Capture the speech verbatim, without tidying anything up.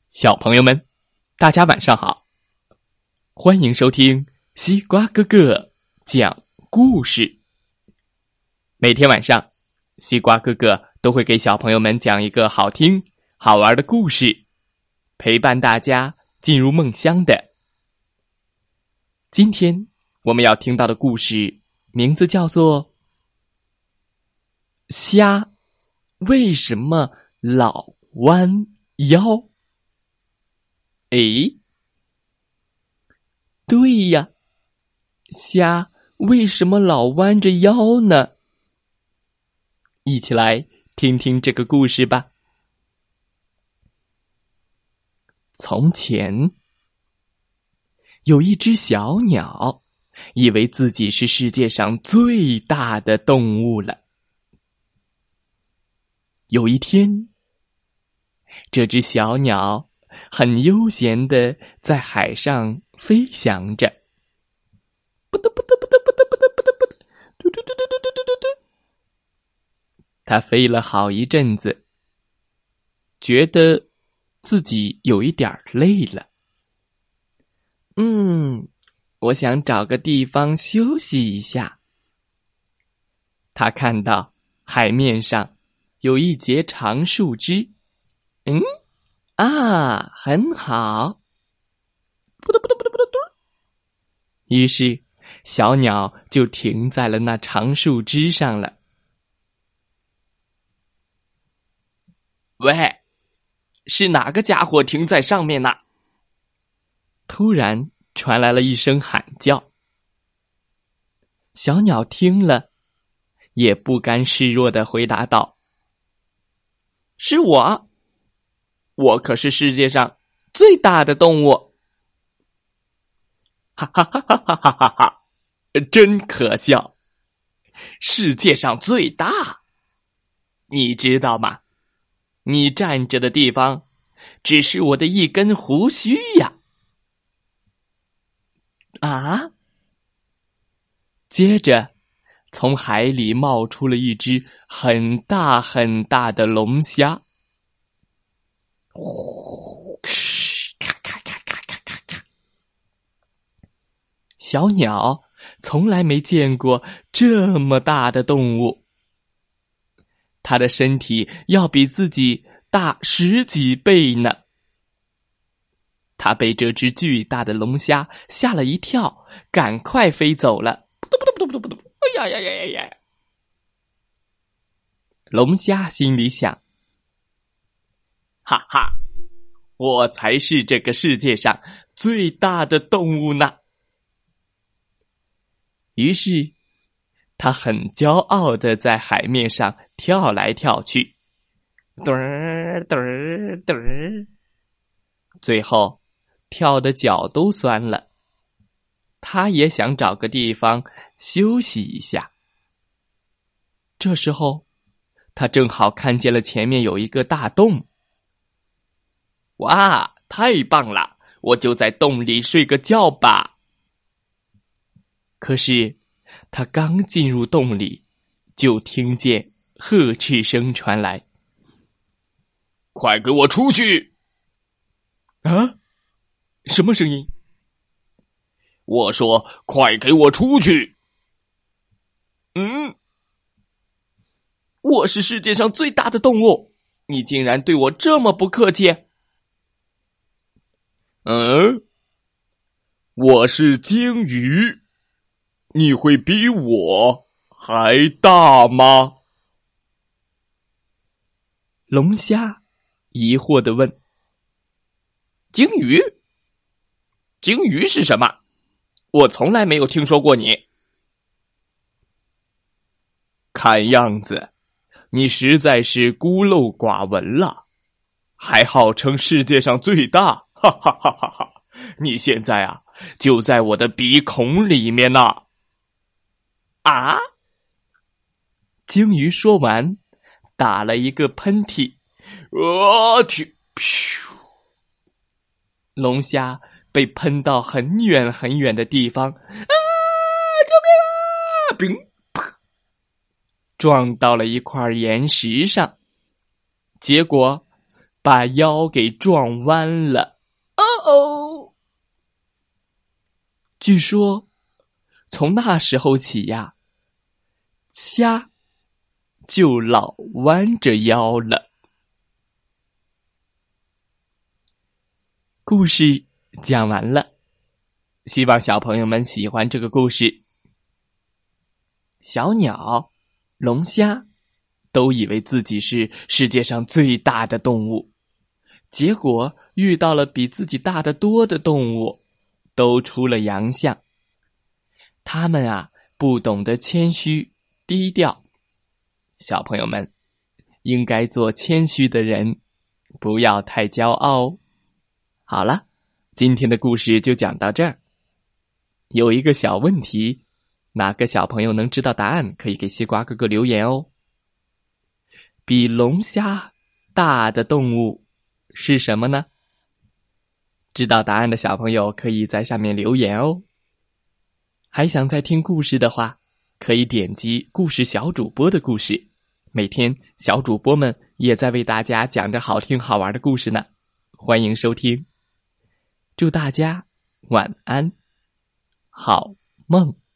小朋友们，大家晚上好，欢迎收听西瓜哥哥讲故事。每天晚上，西瓜哥哥都会给小朋友们讲一个好听好玩的故事，陪伴大家进入梦乡的。今天我们要听到的故事名字叫做虾为什么老弯腰？诶，对呀，虾为什么老弯着腰呢？一起来听听这个故事吧。从前，有一只小鸟，以为自己是世界上最大的动物了。有一天，这只小鸟很悠闲地在海上飞翔着，不得不得不得不得不得不得不得，嘟嘟嘟嘟嘟嘟嘟嘟。它飞了好一阵子，觉得自己有一点累了。嗯，我想找个地方休息一下。它看到海面上有一截长树枝，嗯。啊，很好！扑嘟扑嘟扑嘟扑嘟嘟。于是，小鸟就停在了那长树枝上了。喂，是哪个家伙停在上面呢？突然传来了一声喊叫。小鸟听了，也不甘示弱地回答道：“是我。我可是世界上最大的动物！”哈哈哈哈哈哈哈哈！真可笑！世界上最大，你知道吗？你站着的地方，只是我的一根胡须呀！啊！接着，从海里冒出了一只很大很大的龙虾。呼，咔咔咔咔咔咔咔！小鸟从来没见过这么大的动物，它的身体要比自己大十几倍呢。它被这只巨大的龙虾吓了一跳，赶快飞走了。扑嘟扑嘟扑嘟扑嘟！哎呀呀呀呀呀！龙虾心里想：哈哈，我才是这个世界上最大的动物呢！于是，他很骄傲地在海面上跳来跳去，墩儿墩儿墩儿，最后跳的脚都酸了。他也想找个地方休息一下。这时候，他正好看见了前面有一个大洞。哇，太棒了！我就在洞里睡个觉吧。可是，他刚进入洞里，就听见呵斥声传来：“快给我出去！”啊？什么声音？我说：“快给我出去！”嗯，我是世界上最大的动物，你竟然对我这么不客气！嗯，我是鲸鱼，你会比我还大吗？龙虾疑惑地问：“鲸鱼？鲸鱼是什么？我从来没有听说过你。”看样子，你实在是孤陋寡闻了，还号称世界上最大，哈哈哈哈哈！你现在啊，就在我的鼻孔里面呢！啊！鲸鱼说完，打了一个喷嚏，啊嚏！噗！龙虾被喷到很远很远的地方，啊！救命啊！砰！砰！撞到了一块岩石上，结果把腰给撞弯了。哦哦！据说，从那时候起呀，虾就老弯着腰了。故事讲完了，希望小朋友们喜欢这个故事。小鸟、龙虾都以为自己是世界上最大的动物，结果遇到了比自己大得多的动物，都出了洋相。他们啊，不懂得谦虚低调。小朋友们应该做谦虚的人，不要太骄傲哦。好了，今天的故事就讲到这儿。有一个小问题，哪个小朋友能知道答案，可以给西瓜哥哥留言哦。比龙虾大的动物是什么呢？知道答案的小朋友可以在下面留言哦。还想再听故事的话，可以点击故事小主播的故事，每天小主播们也在为大家讲着好听好玩的故事呢，欢迎收听。祝大家晚安，好梦。